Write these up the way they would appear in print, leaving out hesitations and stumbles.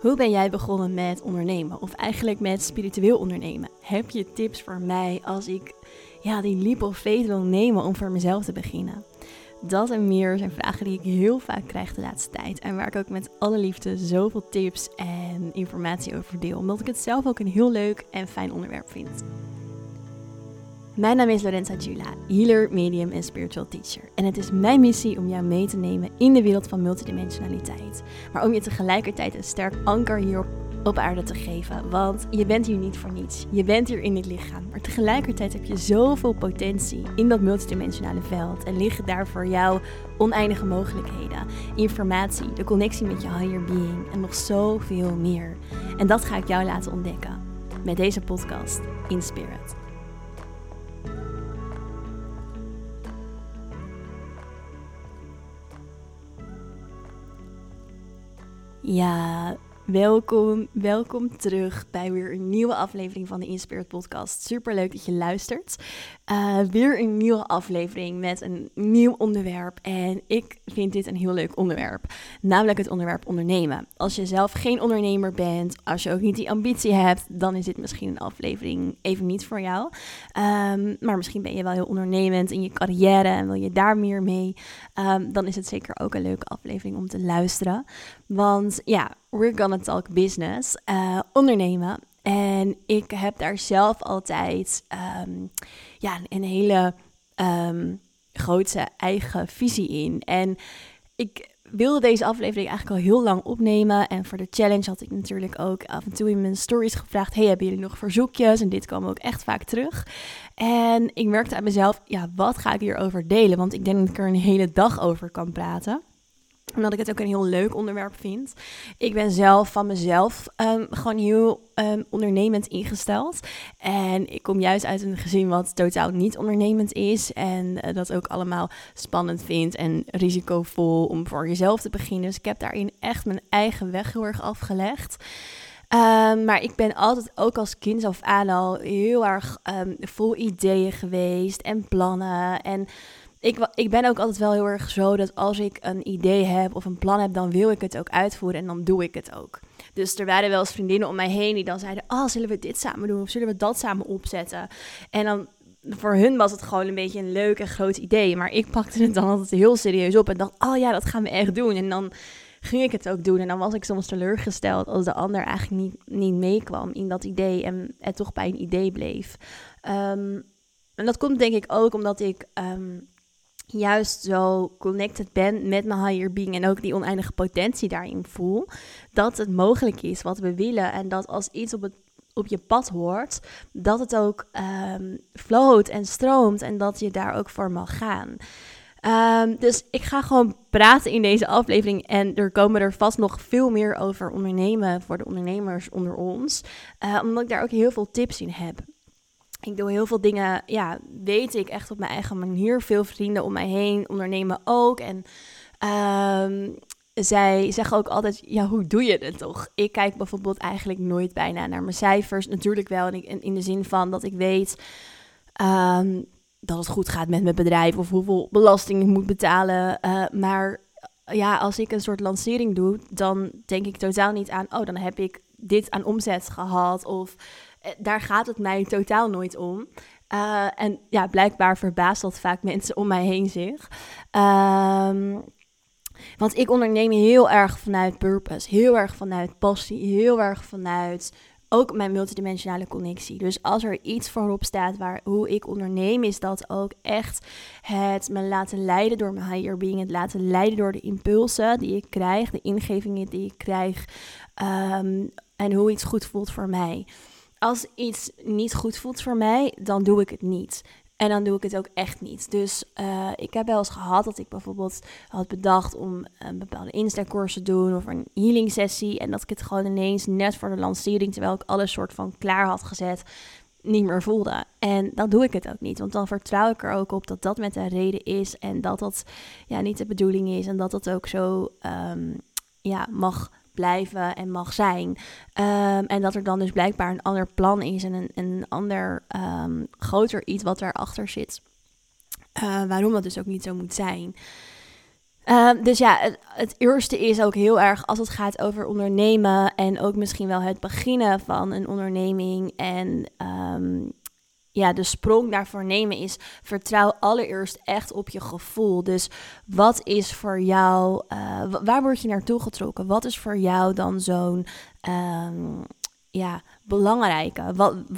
Hoe ben jij begonnen met ondernemen? Of eigenlijk met spiritueel ondernemen? Heb je tips voor mij als ik die leap of faith wil nemen om voor mezelf te beginnen? Dat en meer zijn vragen die ik heel vaak krijg de laatste tijd. En waar ik ook met alle liefde zoveel tips en informatie over deel. Omdat ik het zelf ook een heel leuk en fijn onderwerp vind. Mijn naam is Lorenza Giulia, healer, medium en spiritual teacher. En het is mijn missie om jou mee te nemen in de wereld van multidimensionaliteit. Maar om je tegelijkertijd een sterk anker hier op aarde te geven. Want je bent hier niet voor niets. Je bent hier in dit lichaam. Maar tegelijkertijd heb je zoveel potentie in dat multidimensionale veld. En liggen daar voor jou oneindige mogelijkheden. Informatie, de connectie met je higher being en nog zoveel meer. En dat ga ik jou laten ontdekken met deze podcast In Spirit. Ja, welkom terug bij weer een nieuwe aflevering van de In Spirit podcast. Super leuk dat je luistert. Weer een nieuwe aflevering met een nieuw onderwerp. En ik vind dit een heel leuk onderwerp. Namelijk het onderwerp ondernemen. Als je zelf geen ondernemer bent, als je ook niet die ambitie hebt, dan is dit misschien een aflevering even niet voor jou. Maar misschien ben je wel heel ondernemend in je carrière en wil je daar meer mee. Dan is het zeker ook een leuke aflevering om te luisteren. Want ja, we're gonna talk business, ondernemen. En ik heb daar zelf altijd een hele grote eigen visie in. En ik wilde deze aflevering eigenlijk al heel lang opnemen. En voor de challenge had ik natuurlijk ook af en toe in mijn stories gevraagd: hey, hebben jullie nog verzoekjes? En dit kwam ook echt vaak terug. En ik merkte aan mezelf, wat ga ik hierover delen? Want ik denk dat ik er een hele dag over kan praten. Omdat ik het ook een heel leuk onderwerp vind. Ik ben zelf van mezelf gewoon heel ondernemend ingesteld. En ik kom juist uit een gezin wat totaal niet ondernemend is. En dat ook allemaal spannend vindt en risicovol om voor jezelf te beginnen. Dus ik heb daarin echt mijn eigen weg heel erg afgelegd. Maar ik ben altijd ook als kind af aan al heel erg vol ideeën geweest en plannen. En ik ben ook altijd wel heel erg zo dat als ik een idee heb of een plan heb, dan wil ik het ook uitvoeren en dan doe ik het ook. Dus er waren wel eens vriendinnen om mij heen die dan zeiden: zullen we dit samen doen of zullen we dat samen opzetten? En dan voor hun was het gewoon een beetje een leuk en groot idee. Maar ik pakte het dan altijd heel serieus op en dacht: dat gaan we echt doen. En dan ging ik het ook doen. En dan was ik soms teleurgesteld als de ander eigenlijk niet meekwam in dat idee en het toch bij een idee bleef. En dat komt denk ik ook omdat ik juist zo connected ben met mijn higher being en ook die oneindige potentie daarin voel, dat het mogelijk is wat we willen en dat als iets op je pad hoort, dat het ook flowt en stroomt en dat je daar ook voor mag gaan. Dus ik ga gewoon praten in deze aflevering en er komen er vast nog veel meer over ondernemen voor de ondernemers onder ons, omdat ik daar ook heel veel tips in heb. Ik doe heel veel dingen, weet ik echt op mijn eigen manier. Veel vrienden om mij heen ondernemen ook. En zij zeggen ook altijd: hoe doe je het toch? Ik kijk bijvoorbeeld eigenlijk nooit bijna naar mijn cijfers. Natuurlijk wel in de zin van dat ik weet dat het goed gaat met mijn bedrijf of hoeveel belasting ik moet betalen. Maar als ik een soort lancering doe, dan denk ik totaal niet aan: dan heb ik dit aan omzet gehad of daar gaat het mij totaal nooit om. En blijkbaar verbaast dat vaak mensen om mij heen zich. Want ik onderneem heel erg vanuit purpose, heel erg vanuit passie, heel erg vanuit ook mijn multidimensionale connectie. Dus als er iets voorop staat hoe ik onderneem, is dat ook echt het me laten leiden door mijn higher being, het laten leiden door de impulsen die ik krijg, de ingevingen die ik krijg en hoe iets goed voelt voor mij. Als iets niet goed voelt voor mij, dan doe ik het niet. En dan doe ik het ook echt niet. Dus ik heb wel eens gehad dat ik bijvoorbeeld had bedacht om een bepaalde Insta-course te doen of een healing sessie. En dat ik het gewoon ineens net voor de lancering, terwijl ik alles soort van klaar had gezet, niet meer voelde. En dan doe ik het ook niet. Want dan vertrouw ik er ook op dat dat met een reden is. En dat dat niet de bedoeling is. En dat dat ook zo mag blijven en mag zijn. En dat er dan dus blijkbaar een ander plan is en een ander groter iets wat daarachter zit. Waarom dat dus ook niet zo moet zijn. Dus ja, het eerste is ook heel erg als het gaat over ondernemen en ook misschien wel het beginnen van een onderneming en de sprong daarvoor nemen is vertrouw allereerst echt op je gevoel. Dus wat is voor jou, waar word je naartoe getrokken? Wat is voor jou dan zo'n belangrijke?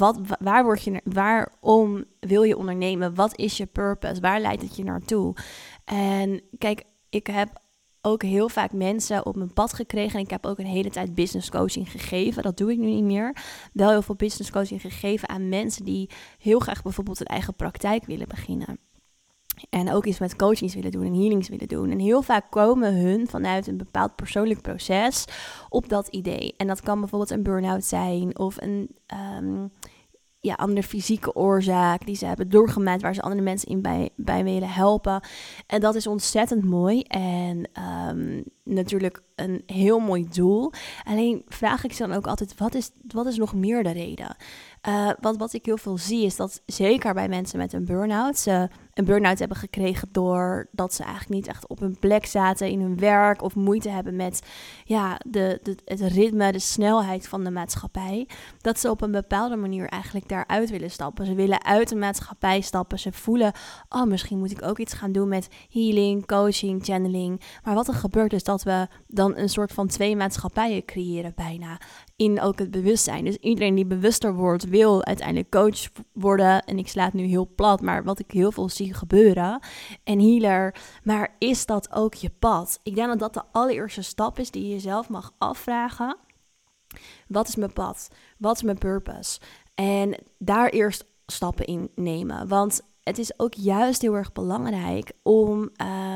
Waarom wil je ondernemen? Wat is je purpose? Waar leidt het je naartoe? En kijk, ik heb ook heel vaak mensen op mijn pad gekregen. En ik heb ook een hele tijd business coaching gegeven. Dat doe ik nu niet meer. Wel heel veel business coaching gegeven aan mensen die heel graag bijvoorbeeld een eigen praktijk willen beginnen. En ook iets met coachings willen doen en healings willen doen. En heel vaak komen hun vanuit een bepaald persoonlijk proces op dat idee. En dat kan bijvoorbeeld een burn-out zijn of een andere fysieke oorzaak die ze hebben doorgemaakt, waar ze andere mensen in bij willen helpen. En dat is ontzettend mooi en natuurlijk een heel mooi doel. Alleen vraag ik ze dan ook altijd, wat is nog meer de reden? Want wat ik heel veel zie is dat zeker bij mensen met een burn-out, ze een burn-out hebben gekregen doordat ze eigenlijk niet echt op hun plek zaten in hun werk of moeite hebben met het ritme, de snelheid van de maatschappij. Dat ze op een bepaalde manier eigenlijk daaruit willen stappen. Ze willen uit de maatschappij stappen. Ze voelen, misschien moet ik ook iets gaan doen met healing, coaching, channeling. Maar wat er gebeurt is dat we dan een soort van 2 maatschappijen creëren bijna. In ook het bewustzijn. Dus iedereen die bewuster wordt, wil uiteindelijk coach worden. En ik sla het nu heel plat, maar wat ik heel veel zie gebeuren. En healer. Maar is dat ook je pad? Ik denk dat dat de allereerste stap is die je jezelf mag afvragen. Wat is mijn pad? Wat is mijn purpose? En daar eerst stappen in nemen. Want het is ook juist heel erg belangrijk om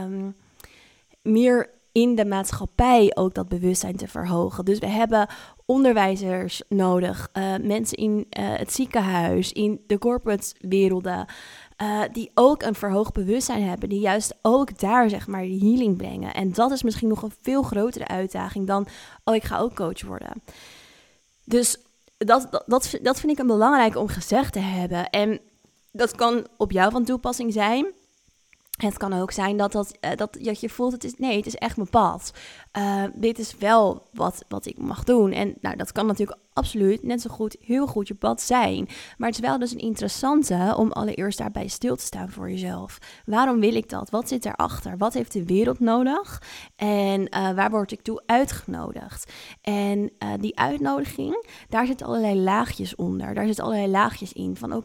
meer in de maatschappij ook dat bewustzijn te verhogen. Dus we hebben onderwijzers nodig, mensen in het ziekenhuis, in de corporate werelden, die ook een verhoogd bewustzijn hebben, die juist ook daar zeg maar die healing brengen. En dat is misschien nog een veel grotere uitdaging dan, ik ga ook coach worden. Dus dat vind ik een belangrijk om gezegd te hebben. En dat kan op jou van toepassing zijn. Het kan ook zijn dat je voelt, het is echt mijn pad. Dit is wel wat ik mag doen. En dat kan natuurlijk absoluut net zo goed, heel goed je pad zijn. Maar het is wel dus een interessante om allereerst daarbij stil te staan voor jezelf. Waarom wil ik dat? Wat zit daarachter? Wat heeft de wereld nodig? En waar word ik toe uitgenodigd? En die uitnodiging, daar zitten allerlei laagjes onder. Daar zitten allerlei laagjes in van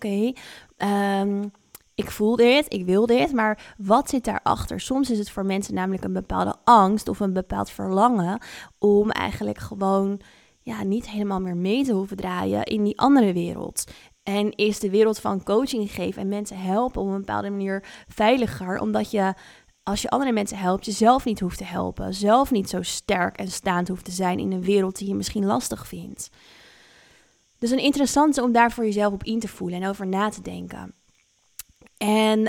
ik voel dit, ik wil dit, maar wat zit daarachter? Soms is het voor mensen namelijk een bepaalde angst of een bepaald verlangen om eigenlijk gewoon niet helemaal meer mee te hoeven draaien in die andere wereld. En is de wereld van coaching geven en mensen helpen op een bepaalde manier veiliger, omdat je, als je andere mensen helpt, jezelf niet hoeft te helpen. Zelf niet zo sterk en staand hoeft te zijn in een wereld die je misschien lastig vindt. Dus een interessante om daar voor jezelf op in te voelen en over na te denken. En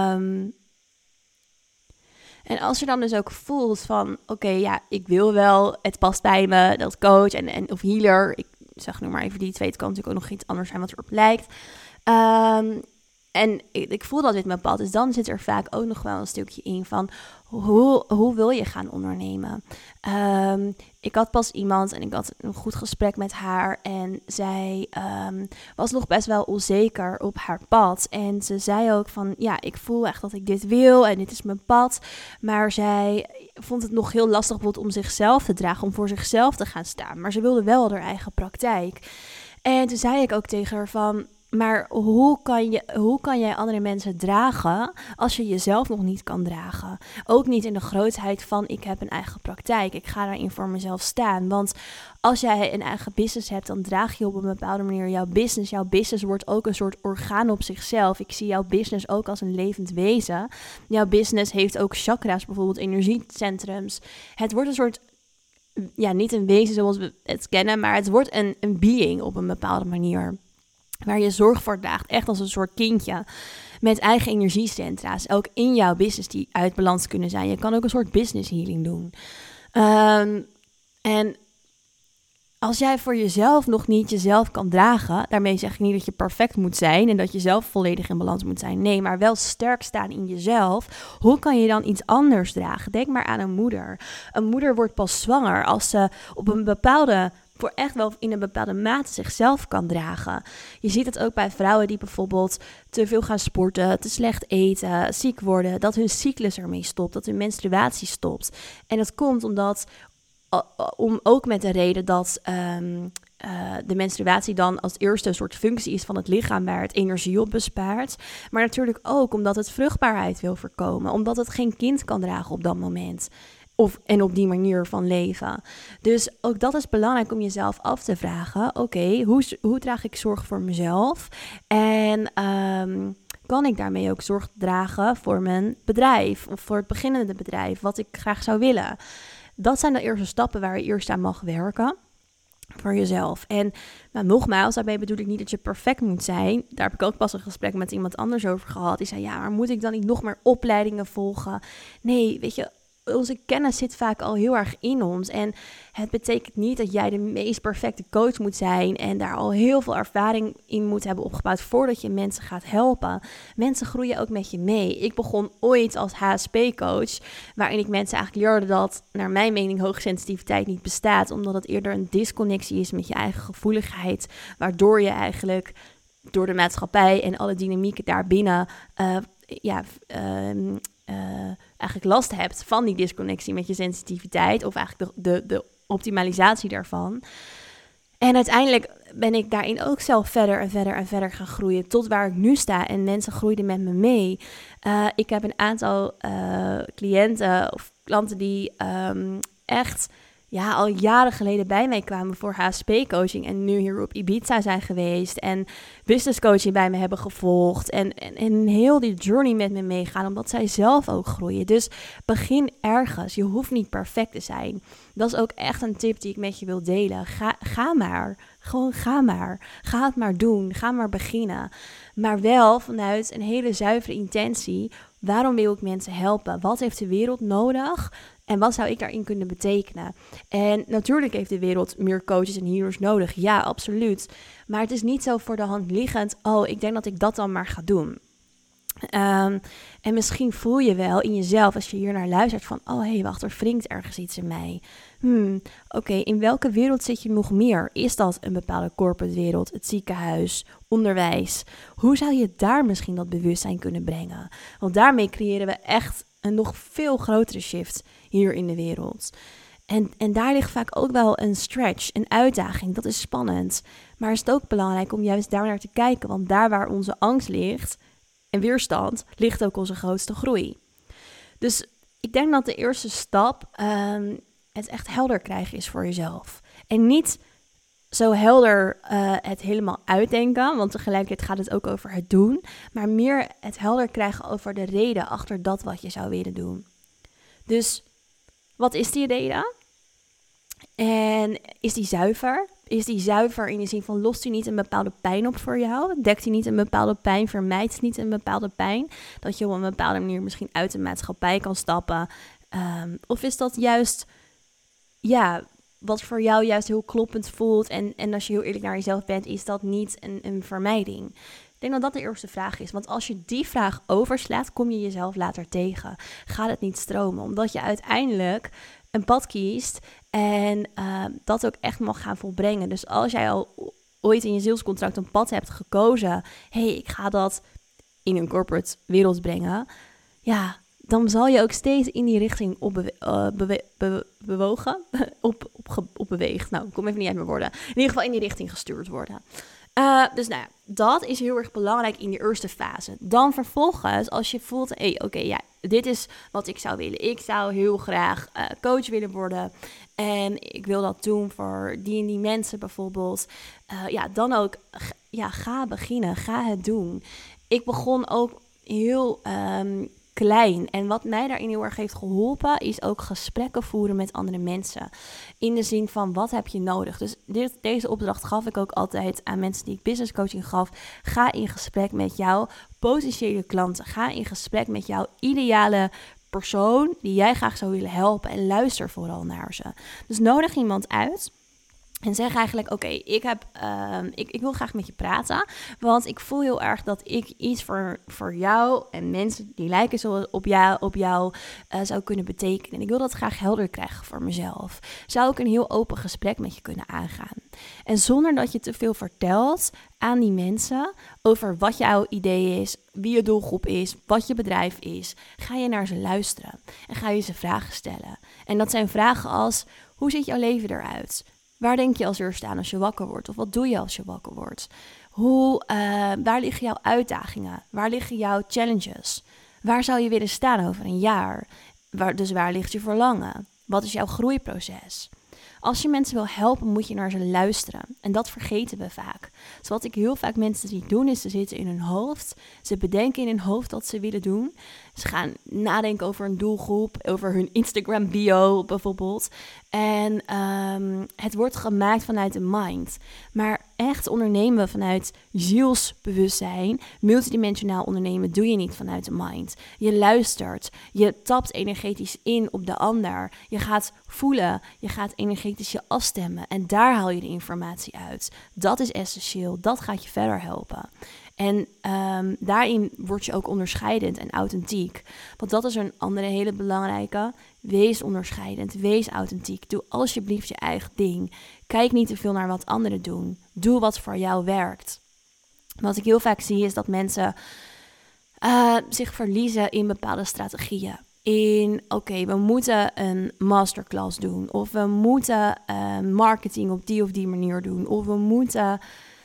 als je dan dus ook voelt van, ik wil wel, het past bij me, dat coach en of healer. Ik zeg nu maar even die 2, het kan natuurlijk ook nog iets anders zijn wat erop lijkt. En ik voel dat dit mijn pad is, dan zit er vaak ook nog wel een stukje in van, hoe wil je gaan ondernemen? Ik had pas iemand en ik had een goed gesprek met haar en zij was nog best wel onzeker op haar pad. En ze zei ook van, ik voel echt dat ik dit wil en dit is mijn pad. Maar zij vond het nog heel lastig bijvoorbeeld om zichzelf te dragen, om voor zichzelf te gaan staan. Maar ze wilde wel haar eigen praktijk. En toen zei ik ook tegen haar van, maar hoe kan jij andere mensen dragen als je jezelf nog niet kan dragen? Ook niet in de grootheid van ik heb een eigen praktijk. Ik ga daarin voor mezelf staan. Want als jij een eigen business hebt, dan draag je op een bepaalde manier jouw business. Jouw business wordt ook een soort orgaan op zichzelf. Ik zie jouw business ook als een levend wezen. Jouw business heeft ook chakra's, bijvoorbeeld energiecentrums. Het wordt een soort, niet een wezen zoals we het kennen, maar het wordt een being op een bepaalde manier. Waar je zorg voor draagt, echt als een soort kindje met eigen energiecentra's. Ook in jouw business die uit balans kunnen zijn. Je kan ook een soort business healing doen. En Als jij voor jezelf nog niet jezelf kan dragen, daarmee zeg ik niet dat je perfect moet zijn en dat je zelf volledig in balans moet zijn. Nee, maar wel sterk staan in jezelf. Hoe kan je dan iets anders dragen? Denk maar aan een moeder. Een moeder wordt pas zwanger als ze op een bepaalde, voor echt wel in een bepaalde mate zichzelf kan dragen. Je ziet het ook bij vrouwen die bijvoorbeeld te veel gaan sporten, te slecht eten, ziek worden, dat hun cyclus ermee stopt, dat hun menstruatie stopt. En dat komt omdat ook met de reden dat de menstruatie dan als eerste een soort functie is van het lichaam waar het energie op bespaart. Maar natuurlijk ook omdat het vruchtbaarheid wil voorkomen. Omdat het geen kind kan dragen op dat moment. En op die manier van leven. Dus ook dat is belangrijk om jezelf af te vragen. Oké, hoe draag ik zorg voor mezelf? En kan ik daarmee ook zorg dragen voor mijn bedrijf? Of voor het beginnende bedrijf, wat ik graag zou willen? Dat zijn de eerste stappen waar je eerst aan mag werken voor jezelf. En nogmaals, daarbij bedoel ik niet dat je perfect moet zijn. Daar heb ik ook pas een gesprek met iemand anders over gehad. Die zei, ja, maar moet ik dan niet nog meer opleidingen volgen? Nee, weet je, onze kennis zit vaak al heel erg in ons. En het betekent niet dat jij de meest perfecte coach moet zijn en daar al heel veel ervaring in moet hebben opgebouwd voordat je mensen gaat helpen. Mensen groeien ook met je mee. Ik begon ooit als HSP-coach, waarin ik mensen eigenlijk leerde dat, naar mijn mening, hoogsensitiviteit niet bestaat, omdat het eerder een disconnectie is met je eigen gevoeligheid, waardoor je eigenlijk door de maatschappij en alle dynamieken daarbinnen eigenlijk last hebt van die disconnectie met je sensitiviteit, of eigenlijk de optimalisatie daarvan. En uiteindelijk ben ik daarin ook zelf verder en verder en verder gaan groeien tot waar ik nu sta en mensen groeiden met me mee. Ik heb een aantal cliënten of klanten die echt al jaren geleden bij mij kwamen voor HSP-coaching en nu hier op Ibiza zijn geweest en business coaching bij me hebben gevolgd en heel die journey met me meegaan, omdat zij zelf ook groeien. Dus begin ergens. Je hoeft niet perfect te zijn. Dat is ook echt een tip die ik met je wil delen. Ga maar. Gewoon ga maar. Ga het maar doen. Ga maar beginnen. Maar wel vanuit een hele zuivere intentie. Waarom wil ik mensen helpen? Wat heeft de wereld nodig? En wat zou ik daarin kunnen betekenen? En natuurlijk heeft de wereld meer coaches en healers nodig. Ja, absoluut. Maar het is niet zo voor de hand liggend. Oh, ik denk dat ik dat dan maar ga doen. En misschien voel je wel in jezelf, als je hier naar luistert, van oh hé, wacht, er wringt ergens iets in mij. Oké, in welke wereld zit je nog meer? Is dat een bepaalde corporate wereld, het ziekenhuis, onderwijs? Hoe zou je daar misschien dat bewustzijn kunnen brengen? Want daarmee creëren we echt een nog veel grotere shift hier in de wereld. En daar ligt vaak ook wel een stretch, een uitdaging. Dat is spannend. Maar is het ook belangrijk om juist daar naar te kijken. Want daar waar onze angst ligt en weerstand, ligt ook onze grootste groei. Dus ik denk dat de eerste stap het echt helder krijgen is voor jezelf. En niet zo helder het helemaal uitdenken, want tegelijkertijd gaat het ook over het doen. Maar meer het helder krijgen over de reden achter dat wat je zou willen doen. Dus wat is die reden? En is die zuiver? Is die zuiver in de zin van, lost die niet een bepaalde pijn op voor jou? Dekt die niet een bepaalde pijn? Vermijdt niet een bepaalde pijn? Dat je op een bepaalde manier misschien uit de maatschappij kan stappen? Of is dat juist, wat voor jou juist heel kloppend voelt? En als je heel eerlijk naar jezelf bent, is dat niet een vermijding? Ik denk dat dat de eerste vraag is. Want als je die vraag overslaat, kom je jezelf later tegen. Gaat het niet stromen? Omdat je uiteindelijk een pad kiest en dat ook echt mag gaan volbrengen. Dus als jij al ooit in je zielscontract een pad hebt gekozen, ik ga dat in een corporate wereld brengen, dan zal je ook steeds in die richting beweegd. Nou, ik kom even niet uit mijn woorden. In ieder geval in die richting gestuurd worden. Dus dat is heel erg belangrijk in de eerste fase. Dan vervolgens, als je voelt, dit is wat ik zou willen. Ik zou heel graag coach willen worden. En ik wil dat doen voor die en die mensen bijvoorbeeld. Dan ook, ga beginnen. Ga het doen. Ik begon ook heel klein. En wat mij daarin heel erg heeft geholpen, is ook gesprekken voeren met andere mensen. In de zin van, wat heb je nodig? Dus deze opdracht gaf ik ook altijd aan mensen die ik business coaching gaf. Ga in gesprek met jouw potentiële klanten. Ga in gesprek met jouw ideale persoon die jij graag zou willen helpen. En luister vooral naar ze. Dus nodig iemand uit. En zeg eigenlijk, oké, ik wil graag met je praten. Want ik voel heel erg dat ik iets voor jou en mensen die lijken zo op jou zou kunnen betekenen. En ik wil dat graag helder krijgen voor mezelf. Zou ik een heel open gesprek met je kunnen aangaan. En zonder dat je te veel vertelt aan die mensen over wat jouw idee is, wie je doelgroep is, wat je bedrijf is, ga je naar ze luisteren. En ga je ze vragen stellen. En dat zijn vragen als, hoe ziet jouw leven eruit? Waar denk je als eerste aan als je wakker wordt? Of wat doe je als je wakker wordt? Waar liggen jouw uitdagingen? Waar liggen jouw challenges? Waar zou je willen staan over een jaar? Waar ligt je verlangen? Wat is jouw groeiproces? Als je mensen wil helpen, moet je naar ze luisteren. En dat vergeten we vaak. Dus wat ik heel vaak mensen zie doen, is ze zitten in hun hoofd. Ze bedenken in hun hoofd wat ze willen doen. Ze gaan nadenken over een doelgroep, over hun Instagram bio bijvoorbeeld. En het wordt gemaakt vanuit de mind. Maar echt ondernemen vanuit zielsbewustzijn, multidimensionaal ondernemen, doe je niet vanuit de mind. Je luistert, je tapt energetisch in op de ander. Je gaat voelen, je gaat energetisch je afstemmen. En daar haal je de informatie uit. Dat is essentieel, dat gaat je verder helpen. En daarin word je ook onderscheidend en authentiek. Want dat is een andere hele belangrijke. Wees onderscheidend, wees authentiek. Doe alsjeblieft je eigen ding. Kijk niet te veel naar wat anderen doen. Doe wat voor jou werkt. Wat ik heel vaak zie is dat mensen zich verliezen in bepaalde strategieën. We moeten een masterclass doen. Of we moeten marketing op die of die manier doen. Of we moeten,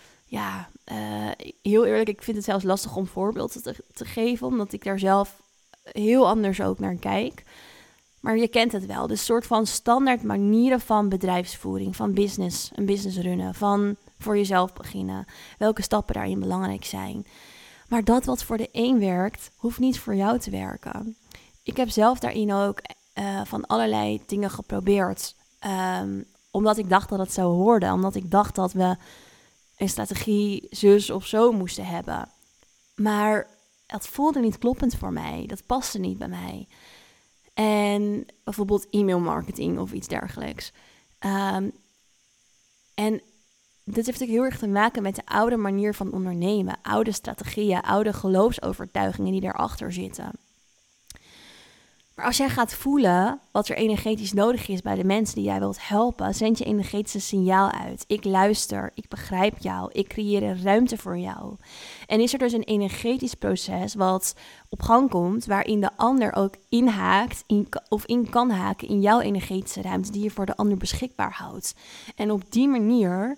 heel eerlijk, ik vind het zelfs lastig om voorbeelden te geven. Omdat ik daar zelf heel anders ook naar kijk. Maar je kent het wel. Dus een soort van standaard manieren van bedrijfsvoering, van een business runnen, van voor jezelf beginnen. Welke stappen daarin belangrijk zijn. Maar dat wat voor de een werkt, hoeft niet voor jou te werken. Ik heb zelf daarin ook van allerlei dingen geprobeerd. Omdat ik dacht dat het zo hoorde. Omdat ik dacht dat we een strategie zus of zo moesten hebben. Maar het voelde niet kloppend voor mij. Dat paste niet bij mij. En bijvoorbeeld e-mailmarketing of iets dergelijks. En dit heeft ook heel erg te maken met de oude manier van ondernemen. Oude strategieën, oude geloofsovertuigingen die daarachter zitten. Maar als jij gaat voelen wat er energetisch nodig is bij de mensen die jij wilt helpen, zend je energetische signaal uit. Ik luister, ik begrijp jou, ik creëer een ruimte voor jou. En is er dus een energetisch proces wat op gang komt, waarin de ander ook inhaakt of in kan haken in jouw energetische ruimte die je voor de ander beschikbaar houdt. En op die manier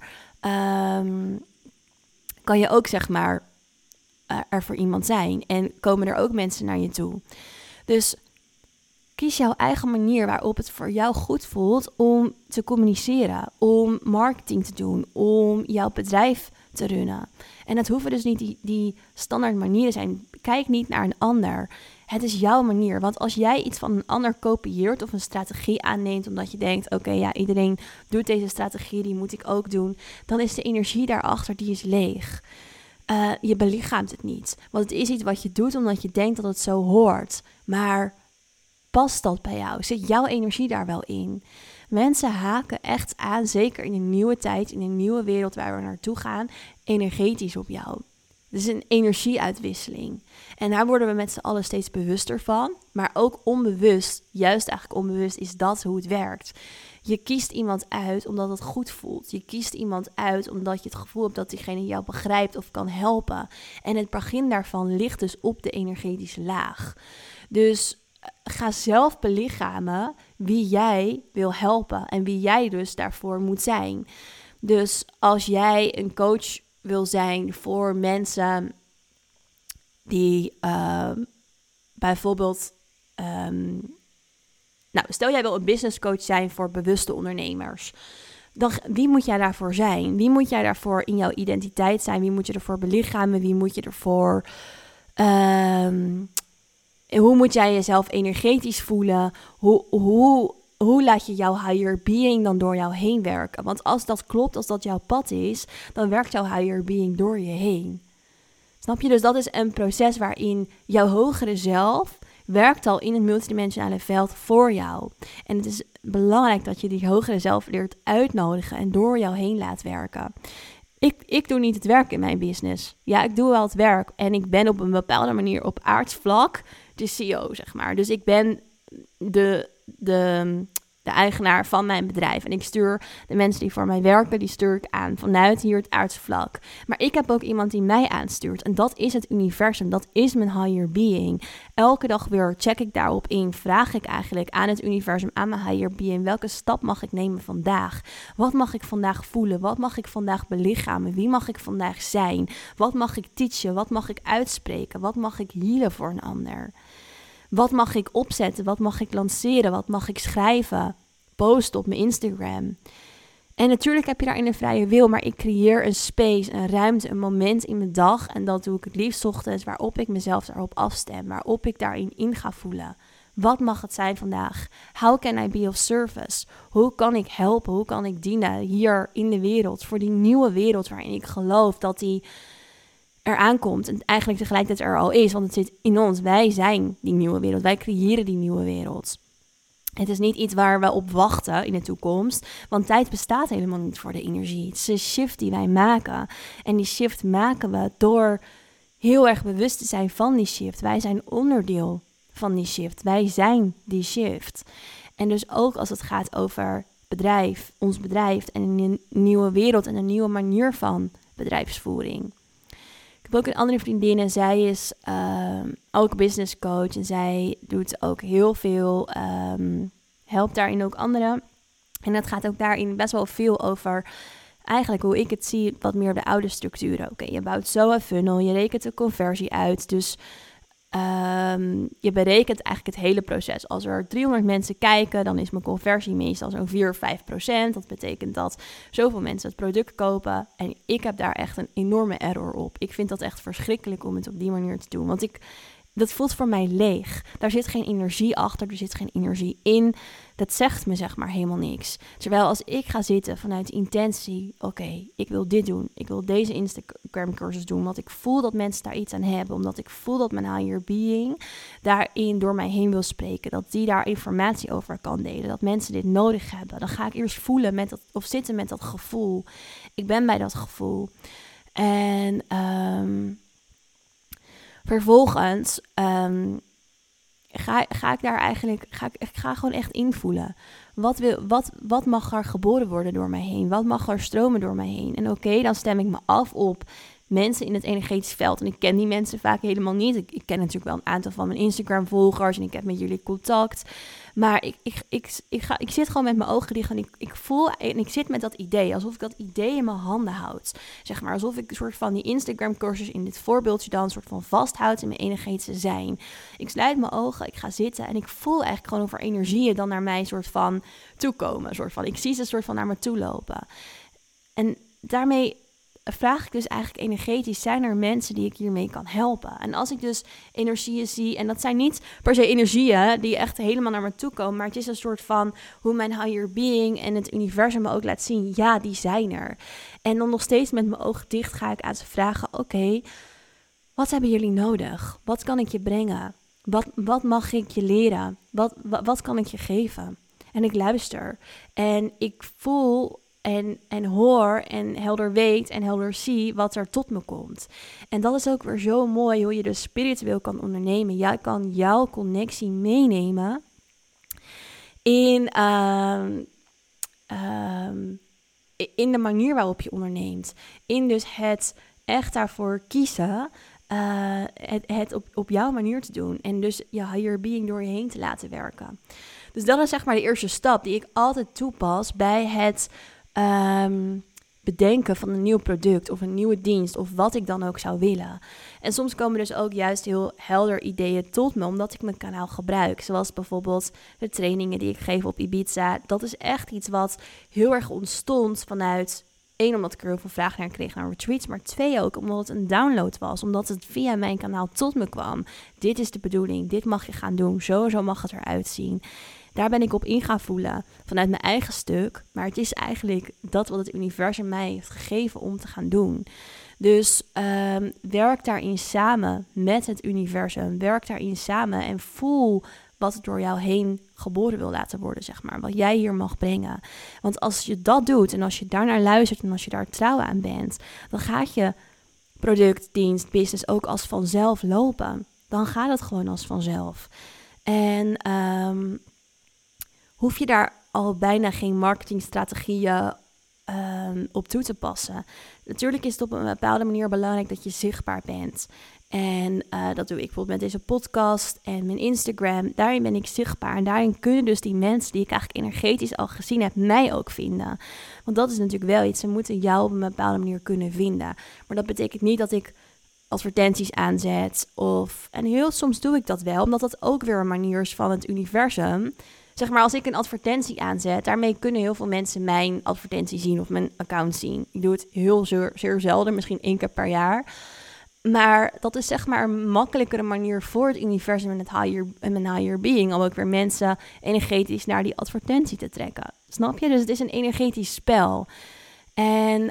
kan je ook zeg maar er voor iemand zijn en komen er ook mensen naar je toe. Dus kies jouw eigen manier waarop het voor jou goed voelt om te communiceren, om marketing te doen, om jouw bedrijf te runnen. En het hoeven dus niet die standaard manieren zijn. Kijk niet naar een ander. Het is jouw manier. Want als jij iets van een ander kopieert of een strategie aanneemt omdat je denkt, iedereen doet deze strategie, die moet ik ook doen. Dan is de energie daarachter, die is leeg. Je belichaamt het niet. Want het is iets wat je doet omdat je denkt dat het zo hoort. Maar past dat bij jou? Zit jouw energie daar wel in? Mensen haken echt aan, zeker in een nieuwe tijd, in een nieuwe wereld waar we naartoe gaan, energetisch op jou. Het is een energieuitwisseling. En daar worden we met z'n allen steeds bewuster van. Maar ook onbewust, juist eigenlijk onbewust, is dat hoe het werkt. Je kiest iemand uit omdat het goed voelt. Je kiest iemand uit omdat je het gevoel hebt dat diegene jou begrijpt of kan helpen. En het begin daarvan ligt dus op de energetische laag. Dus ga zelf belichamen wie jij wil helpen en wie jij dus daarvoor moet zijn. Dus als jij een coach wil zijn voor mensen die bijvoorbeeld, stel jij wil een business coach zijn voor bewuste ondernemers. Dan wie moet jij daarvoor zijn? Wie moet jij daarvoor in jouw identiteit zijn? Wie moet je ervoor belichamen? Wie moet je ervoor hoe moet jij jezelf energetisch voelen? Hoe laat je jouw higher being dan door jou heen werken? Want als dat klopt, als dat jouw pad is, dan werkt jouw higher being door je heen. Snap je? Dus dat is een proces waarin jouw hogere zelf werkt al in het multidimensionale veld voor jou. En het is belangrijk dat je die hogere zelf leert uitnodigen en door jou heen laat werken. Ik doe niet het werk in mijn business. Ja, ik doe wel het werk en ik ben op een bepaalde manier op aardsvlak de CEO, zeg maar. Dus ik ben de eigenaar van mijn bedrijf. En ik stuur de mensen die voor mij werken, die stuur ik aan vanuit hier het aardse vlak. Maar ik heb ook iemand die mij aanstuurt. En dat is het universum. Dat is mijn higher being. Elke dag weer check ik daarop in. Vraag ik eigenlijk aan het universum, aan mijn higher being. Welke stap mag ik nemen vandaag? Wat mag ik vandaag voelen? Wat mag ik vandaag belichamen? Wie mag ik vandaag zijn? Wat mag ik teachen? Wat mag ik uitspreken? Wat mag ik healen voor een ander? Wat mag ik opzetten? Wat mag ik lanceren? Wat mag ik schrijven? Posten op mijn Instagram. En natuurlijk heb je daarin een vrije wil, maar ik creëer een space, een ruimte, een moment in mijn dag. En dat doe ik het liefst 's ochtends, waarop ik mezelf daarop afstem, waarop ik daarin in ga voelen. Wat mag het zijn vandaag? How can I be of service? Hoe kan ik helpen? Hoe kan ik dienen hier in de wereld? Voor die nieuwe wereld waarin ik geloof dat die eraan komt en eigenlijk tegelijkertijd er al is, want het zit in ons. Wij zijn die nieuwe wereld. Wij creëren die nieuwe wereld. Het is niet iets waar we op wachten in de toekomst, want tijd bestaat helemaal niet voor de energie. Het is een shift die wij maken. En die shift maken we door heel erg bewust te zijn van die shift. Wij zijn onderdeel van die shift. Wij zijn die shift. En dus ook als het gaat over ons bedrijf en een nieuwe wereld en een nieuwe manier van bedrijfsvoering. Ik heb ook een andere vriendin en zij is ook business coach. En zij doet ook heel veel, helpt daarin ook anderen. En dat gaat ook daarin best wel veel over eigenlijk hoe ik het zie, wat meer de oude structuren. Oké, je bouwt zo een funnel, je rekent de conversie uit. Dus je berekent eigenlijk het hele proces. Als er 300 mensen kijken, dan is mijn conversie meestal zo'n 4 of 5%. Dat betekent dat zoveel mensen het product kopen. En ik heb daar echt een enorme error op. Ik vind dat echt verschrikkelijk om het op die manier te doen. Want dat voelt voor mij leeg. Daar zit geen energie achter, er zit geen energie in. Dat zegt me zeg maar helemaal niks. Terwijl als ik ga zitten vanuit intentie, oké, ik wil dit doen. Ik wil deze Instagram cursus doen, want ik voel dat mensen daar iets aan hebben. Omdat ik voel dat mijn higher being daarin door mij heen wil spreken. Dat die daar informatie over kan delen. Dat mensen dit nodig hebben. Dan ga ik eerst voelen of zitten met dat gevoel. Ik ben bij dat gevoel. En vervolgens ga ik daar eigenlijk, ik ga gewoon echt invoelen. Wat mag er geboren worden door mij heen? Wat mag er stromen door mij heen? En oké, dan stem ik me af op mensen in het energetisch veld. En ik ken die mensen vaak helemaal niet. Ik ken natuurlijk wel een aantal van mijn Instagram volgers en ik heb met jullie contact. Maar ik zit gewoon met mijn ogen dicht en ik voel en ik zit met dat idee. Alsof ik dat idee in mijn handen houd. Zeg maar, alsof ik een soort van die Instagram cursus in dit voorbeeldje dan een soort van vasthoud in mijn energetische zijn. Ik sluit mijn ogen, ik ga zitten en ik voel eigenlijk gewoon of er energieën dan naar mij soort van toekomen. Ik zie ze een soort van naar me toe lopen. En daarmee vraag ik dus eigenlijk energetisch, zijn er mensen die ik hiermee kan helpen? En als ik dus energieën zie, en dat zijn niet per se energieën die echt helemaal naar me toe komen, maar het is een soort van hoe mijn higher being en het universum me ook laat zien, ja, die zijn er. En dan nog steeds met mijn ogen dicht ga ik aan ze vragen, oké, wat hebben jullie nodig? Wat kan ik je brengen? Wat mag ik je leren? Wat kan ik je geven? En ik luister en ik voel en hoor en helder weet en helder zie wat er tot me komt. En dat is ook weer zo mooi hoe je dus spiritueel kan ondernemen. Jij kan jouw connectie meenemen in de manier waarop je onderneemt. In dus het echt daarvoor kiezen, het op jouw manier te doen. En dus je higher being door je heen te laten werken. Dus dat is zeg maar de eerste stap die ik altijd toepas bij het bedenken van een nieuw product of een nieuwe dienst of wat ik dan ook zou willen. En soms komen dus ook juist heel helder ideeën tot me, omdat ik mijn kanaal gebruik. Zoals bijvoorbeeld de trainingen die ik geef op Ibiza. Dat is echt iets wat heel erg ontstond vanuit 1, omdat ik er heel veel vragen naar kreeg naar retreats, maar 2 ook omdat het een download was, omdat het via mijn kanaal tot me kwam. Dit is de bedoeling, dit mag je gaan doen, zo mag het eruit zien. Daar ben ik op in gaan voelen vanuit mijn eigen stuk. Maar het is eigenlijk dat wat het universum mij heeft gegeven om te gaan doen. Dus werk daarin samen met het universum. Werk daarin samen en voel wat door jou heen geboren wil laten worden, zeg maar. Wat jij hier mag brengen. Want als je dat doet en als je daarnaar luistert en als je daar trouw aan bent, dan gaat je product, dienst, business ook als vanzelf lopen. Dan gaat het gewoon als vanzelf. En hoef je daar al bijna geen marketingstrategieën op toe te passen. Natuurlijk is het op een bepaalde manier belangrijk dat je zichtbaar bent. En dat doe ik bijvoorbeeld met deze podcast en mijn Instagram. Daarin ben ik zichtbaar. En daarin kunnen dus die mensen die ik eigenlijk energetisch al gezien heb, mij ook vinden. Want dat is natuurlijk wel iets. Ze moeten jou op een bepaalde manier kunnen vinden. Maar dat betekent niet dat ik advertenties aanzet. En heel soms doe ik dat wel, omdat dat ook weer een manier is van het universum. Zeg maar, als ik een advertentie aanzet, daarmee kunnen heel veel mensen mijn advertentie zien of mijn account zien. Ik doe het heel zeer zelden, misschien 1 keer per jaar. Maar dat is zeg maar een makkelijkere manier voor het universum en mijn higher being, om ook weer mensen energetisch naar die advertentie te trekken. Snap je? Dus het is een energetisch spel. En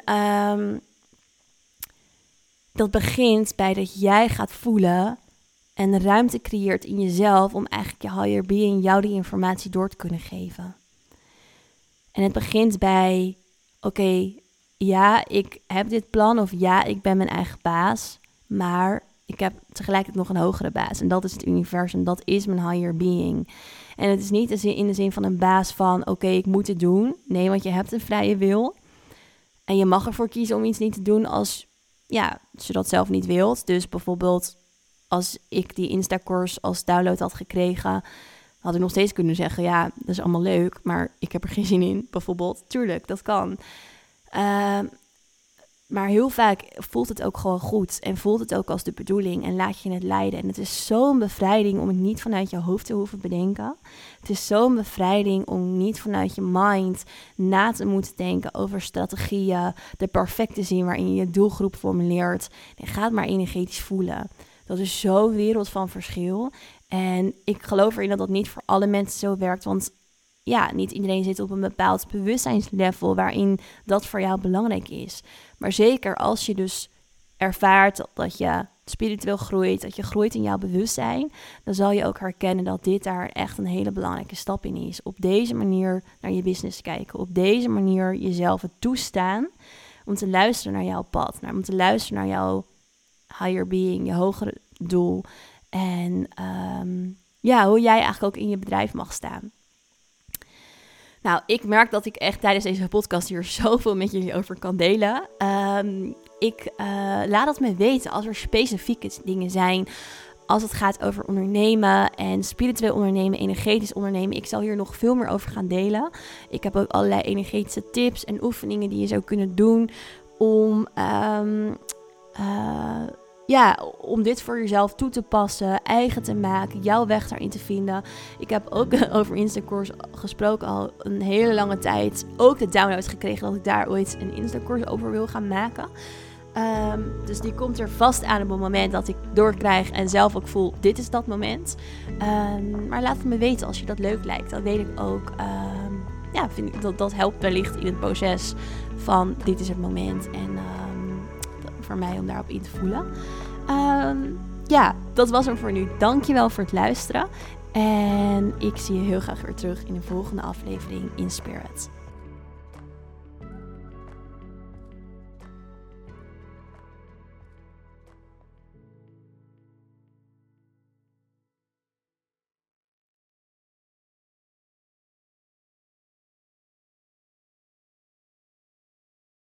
dat begint bij dat jij gaat voelen en ruimte creëert in jezelf om eigenlijk je higher being jou die informatie door te kunnen geven. En het begint bij, oké, ja, ik heb dit plan of ja, ik ben mijn eigen baas, maar ik heb tegelijkertijd nog een hogere baas. En dat is het universum, dat is mijn higher being. En het is niet in de zin van een baas van, oké, ik moet het doen. Nee, want je hebt een vrije wil. En je mag ervoor kiezen om iets niet te doen als je dat zelf niet wilt. Dus bijvoorbeeld, als ik die Insta-course als download had gekregen, had ik nog steeds kunnen zeggen, ja, dat is allemaal leuk, maar ik heb er geen zin in, bijvoorbeeld. Tuurlijk, dat kan. Maar heel vaak voelt het ook gewoon goed en voelt het ook als de bedoeling en laat je het leiden. En het is zo'n bevrijding om het niet vanuit je hoofd te hoeven bedenken. Het is zo'n bevrijding om niet vanuit je mind na te moeten denken over strategieën, de perfecte zin waarin je je doelgroep formuleert. En ga het maar energetisch voelen. Dat is zo'n wereld van verschil. En ik geloof erin dat dat niet voor alle mensen zo werkt, want ja, niet iedereen zit op een bepaald bewustzijnslevel waarin dat voor jou belangrijk is. Maar zeker als je dus ervaart dat je spiritueel groeit, dat je groeit in jouw bewustzijn, dan zal je ook herkennen dat dit daar echt een hele belangrijke stap in is. Op deze manier naar je business kijken. Op deze manier jezelf het toestaan om te luisteren naar jouw pad. Om te luisteren naar jouw higher being, je hogere doel. En hoe jij eigenlijk ook in je bedrijf mag staan. Nou, ik merk dat ik echt tijdens deze podcast hier zoveel met jullie over kan delen. Laat het me weten als er specifieke dingen zijn. Als het gaat over ondernemen en spiritueel ondernemen, energetisch ondernemen. Ik zal hier nog veel meer over gaan delen. Ik heb ook allerlei energetische tips en oefeningen die je zou kunnen doen om om dit voor jezelf toe te passen, eigen te maken, jouw weg daarin te vinden. Ik heb ook over Insta-course gesproken al een hele lange tijd. Ook de download gekregen dat ik daar ooit een Insta-course over wil gaan maken. Dus die komt er vast aan op het moment dat ik doorkrijg en zelf ook voel, dit is dat moment. Maar laat het me weten als je dat leuk lijkt. Dan weet ik ook, vind ik dat helpt wellicht in het proces van dit is het moment. En voor mij om daarop in te voelen. Dat was hem voor nu. Dankjewel voor het luisteren. En ik zie je heel graag weer terug in de volgende aflevering in Spirit.